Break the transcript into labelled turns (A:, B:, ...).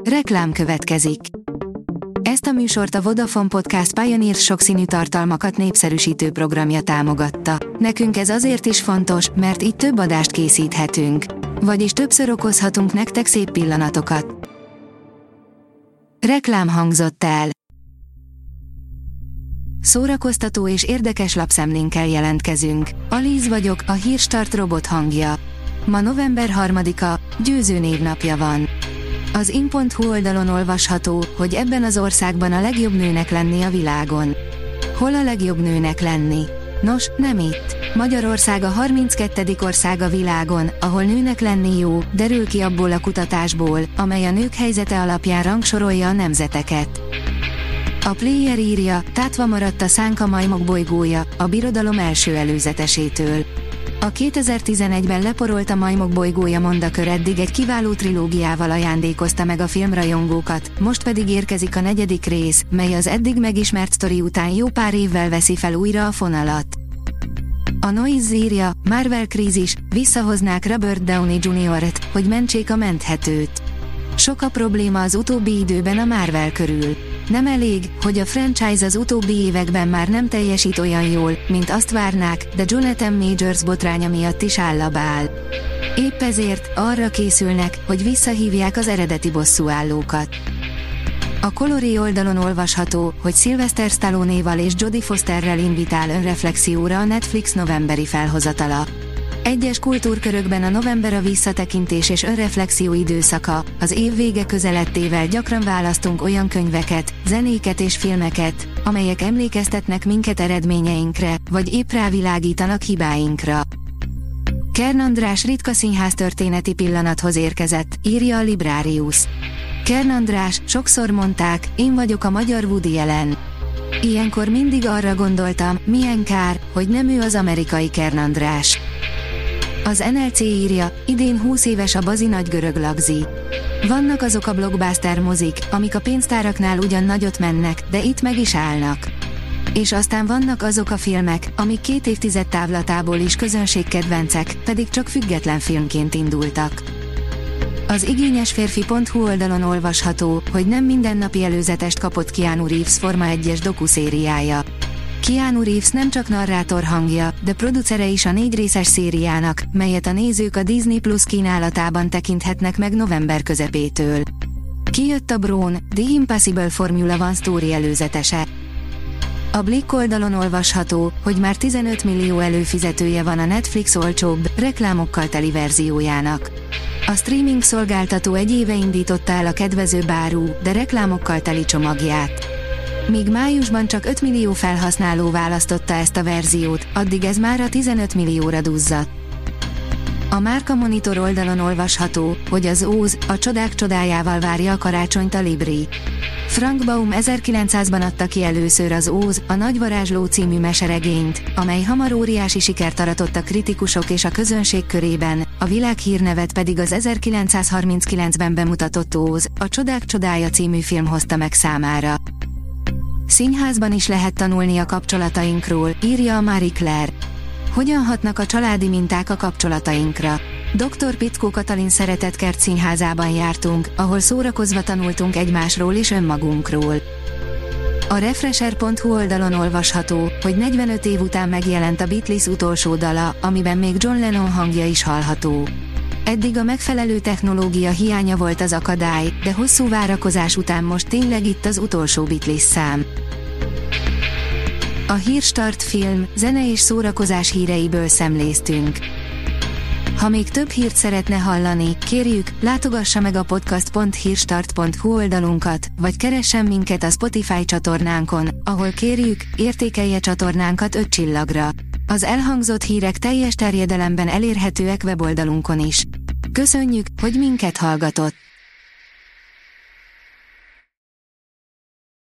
A: Reklám következik. Ezt a műsort a Vodafone Podcast Pioneer sokszínű tartalmakat népszerűsítő programja támogatta. Nekünk ez azért is fontos, mert így több adást készíthetünk. Vagyis többször okozhatunk nektek szép pillanatokat. Reklám hangzott el. Szórakoztató és érdekes lapszemlénkkel jelentkezünk. Alíz vagyok, a Hírstart robot hangja. Ma november 3-a, Győző névnapja van. Az in.hu oldalon olvasható, hogy ebben az országban a legjobb nőnek lenni a világon. Hol a legjobb nőnek lenni? Nos, nem itt. Magyarország a 32. ország a világon, ahol nőnek lenni jó, derül ki abból a kutatásból, amely a nők helyzete alapján rangsorolja a nemzeteket. A Player írja, tátva maradt a szánka majmok bolygója, a birodalom első előzetesétől. A 2011-ben leporolt a majmok bolygója mondakör eddig egy kiváló trilógiával ajándékozta meg a filmrajongókat, most pedig érkezik a 4. rész, mely az eddig megismert sztori után jó pár évvel veszi fel újra a fonalat. A Noise írja, Marvel krízis, visszahoznák Robert Downey Jr.-t, hogy mentsék a menthetőt. Sok a probléma az utóbbi időben a Marvel körül. Nem elég, hogy a franchise az utóbbi években már nem teljesít olyan jól, mint azt várnák, de Jonathan Majors botránya miatt is állabál. Épp ezért arra készülnek, hogy visszahívják az eredeti bosszúállókat. A Coloré oldalon olvasható, hogy Sylvester Stallone-val és Jodie Fosterrel invitál önreflexióra a Netflix novemberi felhozatala. Egyes kultúrkörökben a november a visszatekintés és önreflexió időszaka, az év vége közelettével gyakran választunk olyan könyveket, zenéket és filmeket, amelyek emlékeztetnek minket eredményeinkre, vagy épp rávilágítanak hibáinkra. Kern András ritka színháztörténeti pillanathoz érkezett, írja a Librarius. Kern András, sokszor mondták, én vagyok a magyar Woody Allen. Ilyenkor mindig arra gondoltam, milyen kár, hogy nem ő az amerikai Kern András. Az NLC írja, idén 20 éves a Bazi nagy görög lagzi. Vannak azok a blockbuster mozik, amik a pénztáraknál ugyan nagyot mennek, de itt meg is állnak. És aztán vannak azok a filmek, amik 2 évtized távlatából is közönségkedvencek, pedig csak független filmként indultak. Az igényesférfi.hu oldalon olvasható, hogy nem mindennapi előzetest kapott Keanu Reeves Forma 1-es dokuszériája. Keanu Reeves nem csak narrátor hangja, de producere is a 4 részes szériának, melyet a nézők a Disney Plus kínálatában tekinthetnek meg november közepétől. Kijött a Brawn, The Impossible Formula One sztóri előzetese. A Blick oldalon olvasható, hogy már 15 millió előfizetője van a Netflix olcsóbb, reklámokkal teli verziójának. A streaming szolgáltató egy éve indította el a kedvezőbb áru, de reklámokkal teli csomagját. Míg májusban csak 5 millió felhasználó választotta ezt a verziót, addig ez már a 15 millióra duzzadt. A Márka Monitor oldalon olvasható, hogy az Óz, a csodák csodájával várja a karácsonyt a Libri. Frank Baum 1900-ban adta ki először az Óz, a Nagy Varázsló című meseregényt, amely hamar óriási sikert aratott a kritikusok és a közönség körében, a világhírnevet pedig az 1939-ben bemutatott Óz, a csodák csodája című film hozta meg számára. Színházban is lehet tanulni a kapcsolatainkról, írja a Marie Claire. Hogyan hatnak a családi minták a kapcsolatainkra? Dr. Pitkó Katalin Szeretetkert színházában jártunk, ahol szórakozva tanultunk egymásról és önmagunkról. A Refresher.hu oldalon olvasható, hogy 45 év után megjelent a Beatles utolsó dala, amiben még John Lennon hangja is hallható. Eddig a megfelelő technológia hiánya volt az akadály, de hosszú várakozás után most tényleg itt az utolsó Beatles szám. A Hírstart film, zene és szórakozás híreiből szemléztünk. Ha még több hírt szeretne hallani, kérjük, látogassa meg a podcast.hírstart.hu oldalunkat, vagy keressen minket a Spotify csatornánkon, ahol kérjük, értékelje csatornánkat 5 csillagra. Az elhangzott hírek teljes terjedelemben elérhetőek weboldalunkon is. Köszönjük, hogy minket hallgatott!